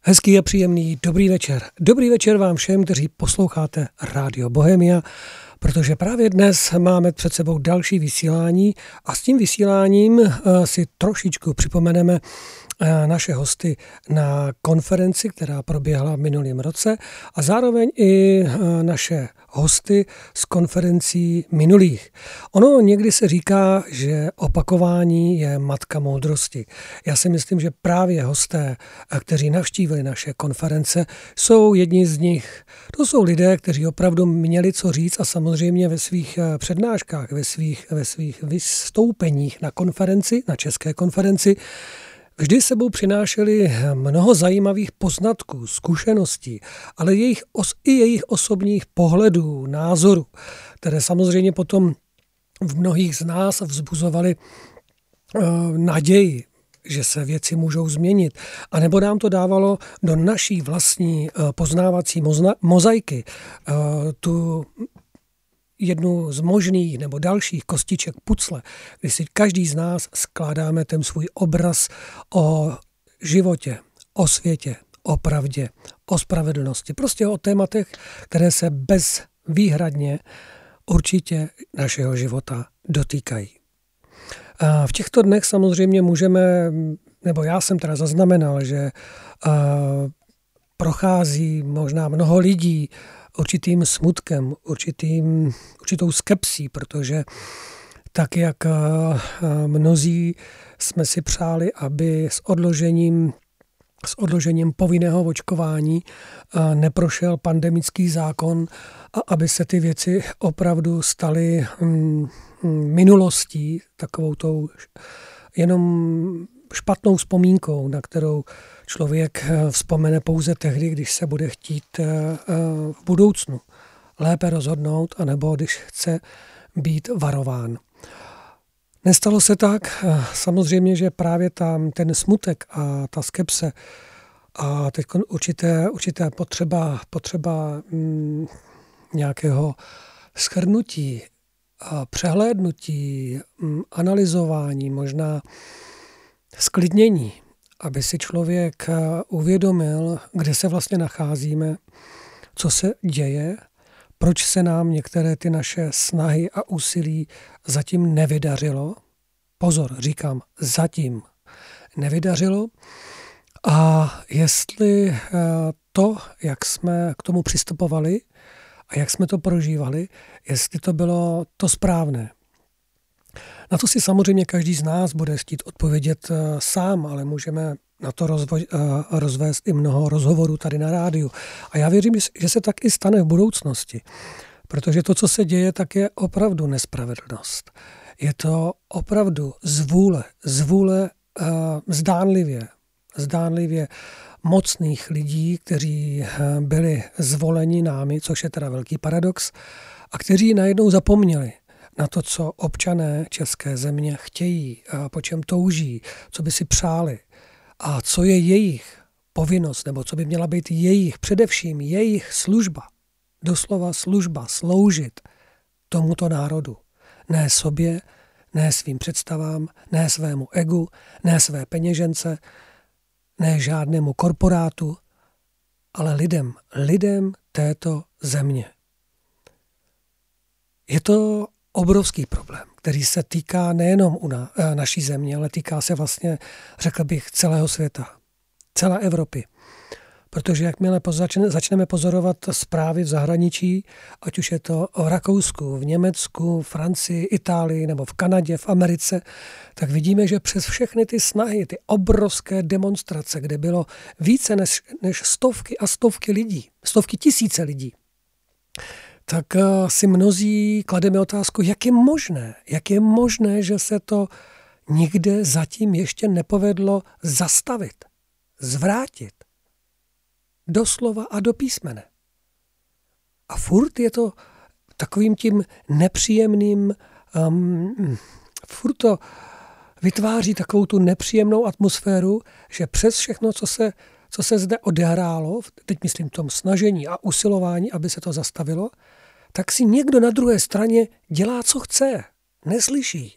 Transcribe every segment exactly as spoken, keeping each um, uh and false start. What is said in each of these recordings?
Hezký a příjemný dobrý večer. Dobrý večer vám všem, kteří posloucháte Rádio Bohemia, protože právě dnes máme před sebou další vysílání a s tím vysíláním si trošičku připomeneme naše hosty na konferenci, která proběhla v minulém roce a zároveň i naše hosty z konferencí minulých. Ono někdy se říká, že opakování je matka moudrosti. Já si myslím, že právě hosté, kteří navštívili naše konference, jsou jedni z nich. To jsou lidé, kteří opravdu měli co říct a samozřejmě ve svých přednáškách, ve svých, ve svých vystoupeních na konferenci, na české konferenci, vždy sebou přinášeli mnoho zajímavých poznatků, zkušeností, ale jejich os, i jejich osobních pohledů, názorů, které samozřejmě potom v mnohých z nás vzbuzovaly uh, naději, že se věci můžou změnit. A nebo nám to dávalo do naší vlastní uh, poznávací mozna, mozaiky uh, tu jednu z možných nebo dalších kostiček pucle, kdy si každý z nás skládáme ten svůj obraz o životě, o světě, o pravdě, o spravedlnosti. Prostě o tématech, které se bezvýhradně určitě našeho života dotýkají. A v těchto dnech samozřejmě můžeme, nebo já jsem teda zaznamenal, že prochází možná mnoho lidí určitým smutkem, určitým, určitou skepsí, protože tak, jak mnozí jsme si přáli, aby s odložením, s odložením povinného očkování neprošel pandemický zákon a aby se ty věci opravdu staly minulostí, takovou tou jenom špatnou vzpomínkou, na kterou člověk vzpomene pouze tehdy, když se bude chtít v budoucnu lépe rozhodnout, anebo když chce být varován. Nestalo se tak. Samozřejmě, že právě tam ten smutek a ta skepse a teď určité, určité potřeba, potřeba mm, nějakého shrnutí, přehlédnutí, mm, analyzování, možná sklidnění, aby si člověk uvědomil, kde se vlastně nacházíme, co se děje, proč se nám některé ty naše snahy a úsilí zatím nevydařilo. Pozor, říkám, zatím nevydařilo. A jestli to, jak jsme k tomu přistupovali a jak jsme to prožívali, jestli to bylo to správné. Na to si samozřejmě každý z nás bude chtít odpovědět sám, ale můžeme na to rozvo- rozvést i mnoho rozhovorů tady na rádiu. A já věřím, že se tak i stane v budoucnosti, protože to, co se děje, tak je opravdu nespravedlnost. Je to opravdu zvůle, zvůle uh, zdánlivě, zdánlivě mocných lidí, kteří byli zvoleni námi, což je teda velký paradox, a kteří najednou zapomněli na to, co občané české země chtějí, a po čem touží, co by si přáli a co je jejich povinnost, nebo co by měla být jejich, především jejich služba. Doslova služba, sloužit tomuto národu. Ne sobě, ne svým představám, ne svému egu, ne své peněžence, ne žádnému korporátu, ale lidem, lidem této země. Je to obrovský problém, který se týká nejenom u na, naší země, ale týká se vlastně, řekl bych, celého světa, celé Evropy. Protože jakmile začneme pozorovat zprávy v zahraničí, ať už je to o Rakousku, v Německu, Francii, Itálii nebo v Kanadě, v Americe, tak vidíme, že přes všechny ty snahy, ty obrovské demonstrace, kde bylo více než, než stovky a stovky lidí, stovky tisíce lidí, tak si mnozí klademe otázku, jak je možné, jak je možné, že se to nikde zatím ještě nepovedlo zastavit, zvrátit. Doslova a do písmene. A furt je to takovým tím nepříjemným, um, furt to vytváří takovou tu nepříjemnou atmosféru, že přes všechno, co se, co se zde odehrálo, teď myslím tom snažení a usilování, aby se to zastavilo, tak si někdo na druhé straně dělá, co chce, neslyší.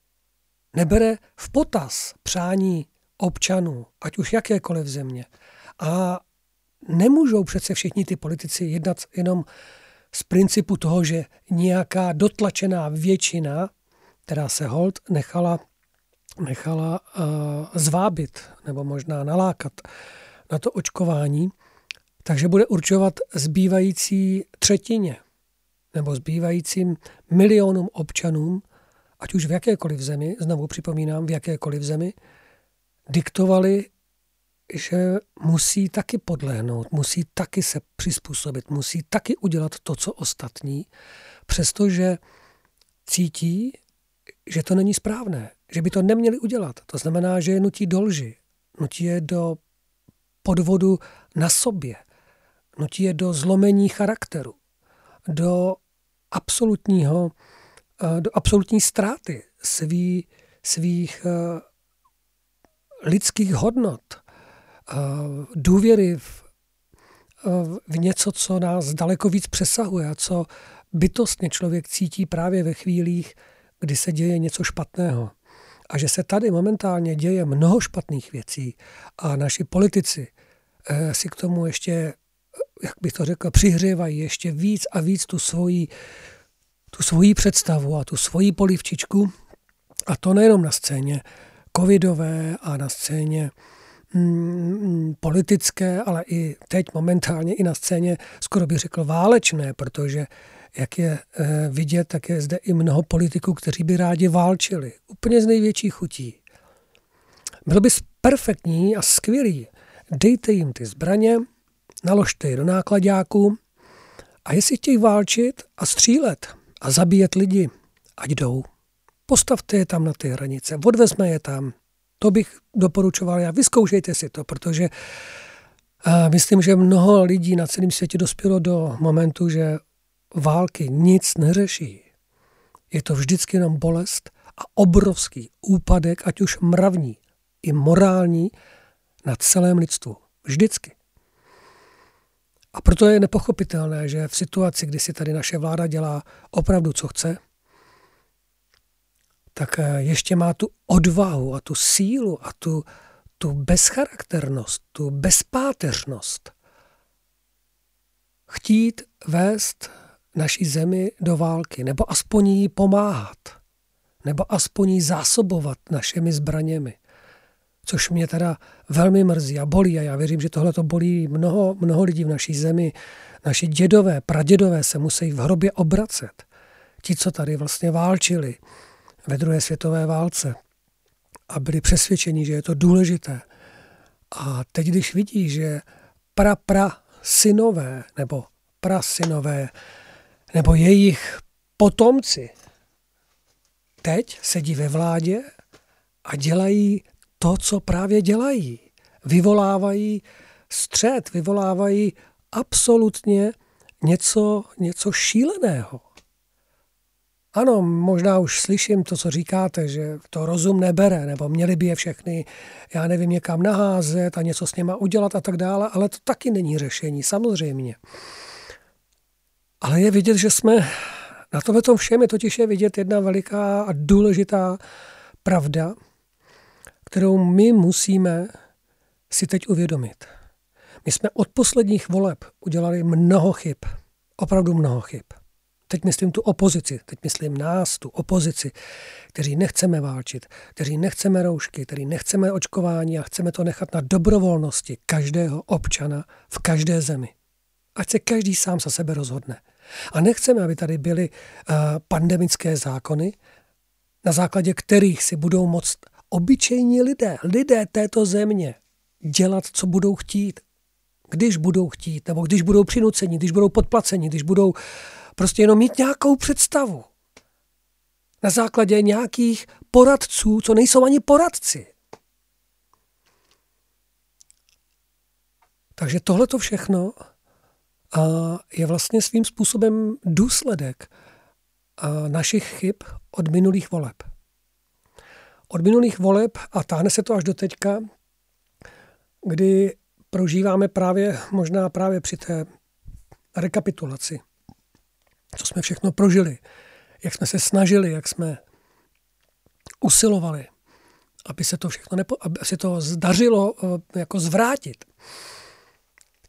Nebere v potaz přání občanů, ať už jakékoliv země. A nemůžou přece všichni ty politici jednat jenom z principu toho, že nějaká dotlačená většina, která se holt nechala, nechala uh, zvábit nebo možná nalákat na to očkování, takže bude určovat zbývající třetině nebo zbývajícím milionům občanům, ať už v jakékoliv zemi, znovu připomínám, v jakékoliv zemi, diktovali, že musí taky podlehnout, musí taky se přizpůsobit, musí taky udělat to, co ostatní, přestože cítí, že to není správné, že by to neměli udělat. To znamená, že je nutí do lži, nutí je do podvodu na sobě, nutí je do zlomení charakteru, do absolutního, do absolutní ztráty svý, svých lidských hodnot, důvěry v, v něco, co nás daleko víc přesahuje a co bytostně člověk cítí právě ve chvílích, kdy se děje něco špatného. A že se tady momentálně děje mnoho špatných věcí a naši politici si k tomu ještě, jak bych to řekl, přihřívají ještě víc a víc tu svoji, tu svoji představu a tu svoji polivčičku. A to nejenom na scéně covidové a na scéně mm, politické, ale i teď momentálně i na scéně, skoro bych řekl, válečné, protože jak je e, vidět, tak je zde i mnoho politiků, kteří by rádi válčili. Úplně z největší chutí. Bylo by perfektní a skvělý. Dejte jim ty zbraně, naložte je do nákladáků a jestli chtějí válčit a střílet a zabíjet lidi, ať jdou. Postavte je tam na ty hranice, odvezme je tam. To bych doporučoval já. Vyzkoušejte si to, protože uh, myslím, že mnoho lidí na celém světě dospělo do momentu, že války nic neřeší. Je to vždycky jenom bolest a obrovský úpadek, ať už mravní i morální, na celém lidstvu. Vždycky. A proto je nepochopitelné, že v situaci, kdy si tady naše vláda dělá opravdu, co chce, tak ještě má tu odvahu a tu sílu a tu, tu bezcharakternost, tu bezpáteřnost chtít vést naší zemi do války, nebo aspoň jí pomáhat, nebo aspoň jí zásobovat našimi zbraněmi. Což mě teda velmi mrzí a bolí a já věřím, že tohle to bolí mnoho, mnoho lidí v naší zemi. Naši dědové, pradědové se musí v hrobě obracet. Ti, co tady vlastně válčili ve druhé světové válce a byli přesvědčeni, že je to důležité. A teď, když vidí, že pra, pra synové nebo prasynové nebo jejich potomci teď sedí ve vládě a dělají to, co právě dělají. Vyvolávají střet, vyvolávají absolutně něco, něco šíleného. Ano, možná už slyším to, co říkáte, že to rozum nebere, nebo měli by je všechny, já nevím, někam naházet a něco s něma udělat a tak dále, ale to taky není řešení, samozřejmě. Ale je vidět, že jsme na tomhle všem je totiž je vidět jedna veliká a důležitá pravda, kterou my musíme si teď uvědomit. My jsme od posledních voleb udělali mnoho chyb, opravdu mnoho chyb. Teď myslím tu opozici, teď myslím nás, tu opozici, kteří nechceme válčit, kteří nechceme roušky, kteří nechceme očkování a chceme to nechat na dobrovolnosti každého občana v každé zemi. Ať se každý sám za sebe rozhodne. A nechceme, aby tady byly uh, pandemické zákony, na základě kterých si budou moct obyčejní lidé, lidé této země dělat, co budou chtít, když budou chtít, nebo když budou přinuceni, když budou podplaceni, když budou prostě jenom mít nějakou představu. Na základě nějakých poradců, co nejsou ani poradci. Takže tohleto všechno je vlastně svým způsobem důsledek našich chyb od minulých voleb. Od minulých voleb, a táhne se to až do teďka, kdy prožíváme právě, možná právě při té rekapitulaci, co jsme všechno prožili, jak jsme se snažili, jak jsme usilovali, aby se to všechno nepo, aby se to zdařilo jako zvrátit.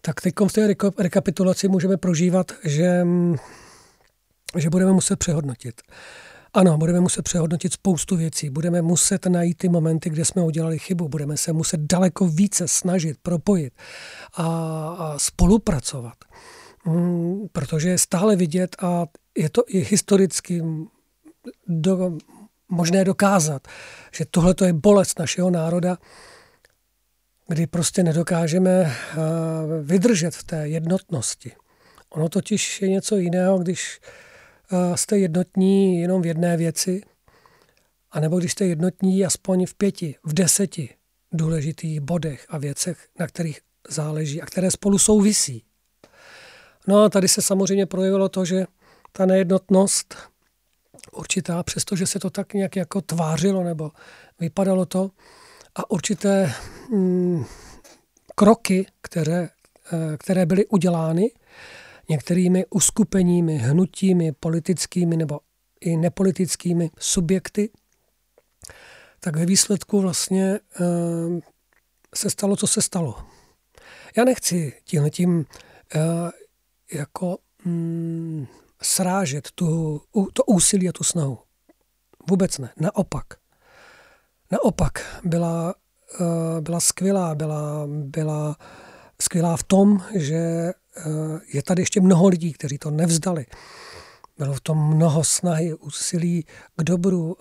tak teď v té rekapitulaci můžeme prožívat, že, že budeme muset přehodnotit. Ano, budeme muset přehodnotit spoustu věcí, budeme muset najít ty momenty, kde jsme udělali chybu, budeme se muset daleko více snažit, propojit a, a spolupracovat. Hmm, protože je stále vidět a je to i historicky do, možné dokázat, že tohle je bolest našeho národa, kdy prostě nedokážeme vydržet v té jednotnosti. Ono totiž je něco jiného, když jste jednotní jenom v jedné věci, anebo když jste jednotní aspoň v pěti, v deseti důležitých bodech a věcech, na kterých záleží a které spolu souvisí. No a tady se samozřejmě projevilo to, že ta nejednotnost určitá, přestože se to tak nějak jako tvářilo nebo vypadalo to, a určité mm, kroky, které, které byly udělány některými uskupeními, hnutími, politickými nebo i nepolitickými subjekty, tak ve výsledku vlastně e, se stalo, co se stalo. Já nechci tímhletím e, jako mm, srážet tu, to úsilí a tu snahu. Vůbec ne, naopak. Naopak byla, byla skvělá, byla, byla skvělá v tom, že je tady ještě mnoho lidí, kteří to nevzdali. Bylo v tom mnoho snahy, úsilí k dobru,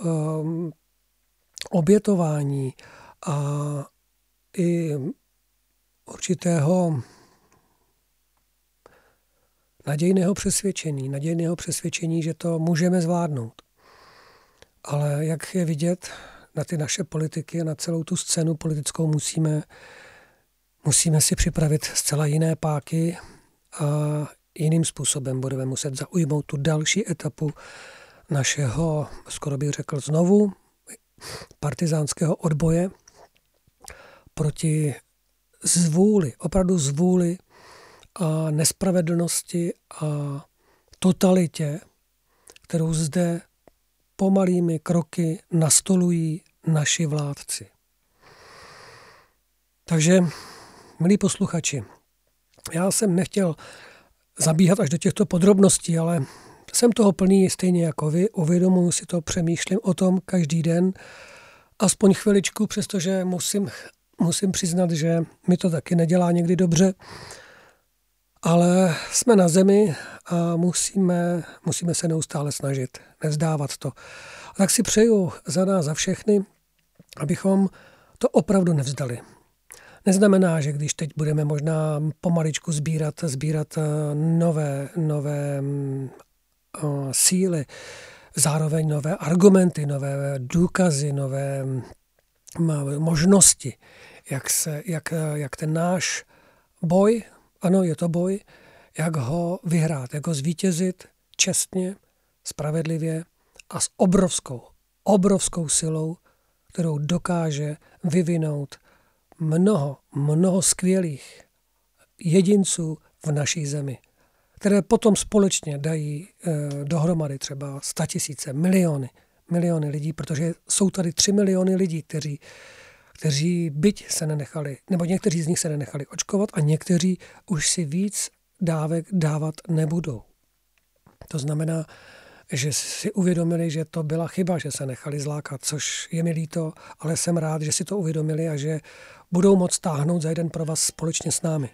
obětování a i určitého nadějného přesvědčení, nadějného přesvědčení, že to můžeme zvládnout. Ale jak je vidět, na ty naše politiky a na celou tu scénu politickou musíme, musíme si připravit zcela jiné páky a jiným způsobem budeme muset zaujmout tu další etapu našeho, skoro bych řekl znovu, partizánského odboje proti zvůli, opravdu zvůli a nespravedlnosti a totalitě, kterou zde pomalými kroky nastolují naši vládci. Takže, milí posluchači, já jsem nechtěl zabíhat až do těchto podrobností, ale jsem toho plný stejně jako vy, uvědomuji si to, přemýšlím o tom každý den, aspoň chviličku, přestože musím, musím přiznat, že mi to taky nedělá někdy dobře, ale jsme na zemi a musíme, musíme se neustále snažit, nevzdávat to. A tak si přeju za nás, za všechny, abychom to opravdu nevzdali. Neznamená, že když teď budeme možná pomaličku sbírat, sbírat nové, nové uh, síly, zároveň nové argumenty, nové důkazy, nové možnosti, jak, se, jak, jak ten náš boj, ano, je to boj, jak ho vyhrát, jak ho zvítězit čestně, spravedlivě a s obrovskou, obrovskou silou, kterou dokáže vyvinout mnoho, mnoho skvělých jedinců v naší zemi, které potom společně dají eh, dohromady třeba statisíce, miliony, miliony lidí, protože jsou tady tři miliony lidí, kteří, kteří byť se nenechali, nebo někteří z nich se nenechali očkovat a někteří už si víc dávek dávat nebudou. To znamená, že si uvědomili, že to byla chyba, že se nechali zlákat, což je mi líto, ale jsem rád, že si to uvědomili a že budou moct táhnout za jeden provaz společně s námi.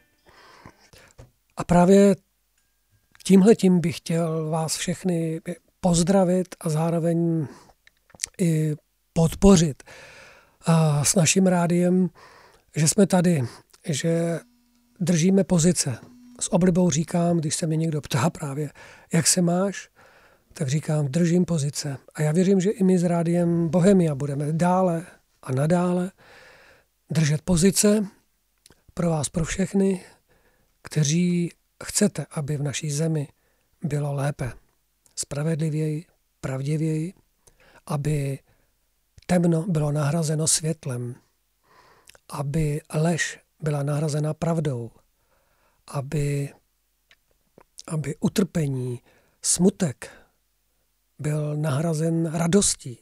A právě tímhletím bych chtěl vás všechny pozdravit a zároveň i podpořit a s naším rádiem, že jsme tady, že držíme pozice. S oblibou říkám, když se mě někdo ptá právě, jak se máš, tak říkám, držím pozice. A já věřím, že i my s rádiem Bohemia budeme dále a nadále držet pozice pro vás, pro všechny, kteří chcete, aby v naší zemi bylo lépe, spravedlivěji, pravdivěji, aby temno bylo nahrazeno světlem, aby lež byla nahrazena pravdou, aby, aby utrpení, smutek byl nahrazen radostí,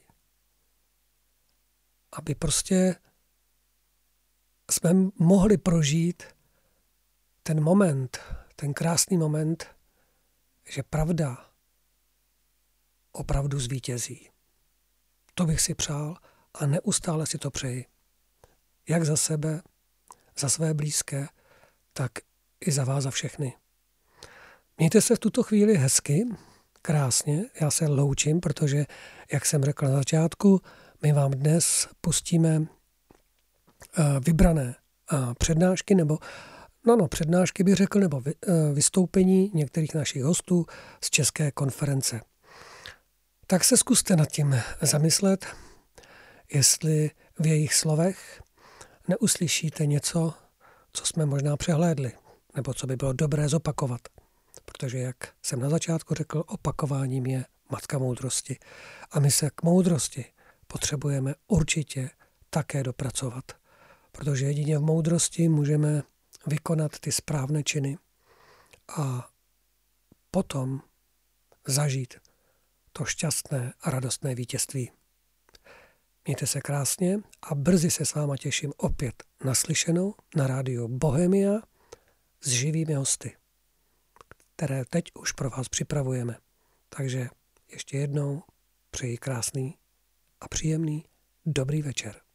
aby prostě jsme mohli prožít ten moment, ten krásný moment, že pravda opravdu zvítězí. To bych si přál a neustále si to přeji. Jak za sebe, za své blízké, tak i za vás, za všechny. Mějte se v tuto chvíli hezky, krásně. Já se loučím, protože, jak jsem řekl na začátku, my vám dnes pustíme vybrané přednášky, nebo no, no, přednášky bych řekl, nebo vystoupení některých našich hostů z České konference. Tak se zkuste nad tím zamyslet, jestli v jejich slovech neuslyšíte něco, co jsme možná přehlédli, nebo co by bylo dobré zopakovat. Protože, jak jsem na začátku řekl, opakováním je matka moudrosti. A my se k moudrosti potřebujeme určitě také dopracovat. Protože jedině v moudrosti můžeme vykonat ty správné činy a potom zažít to šťastné a radostné vítězství. Mějte se krásně a brzy se s váma těším opět naslyšenou na rádiu Bohemia s živými hosty, které teď už pro vás připravujeme. Takže ještě jednou přeji krásný a příjemný dobrý večer.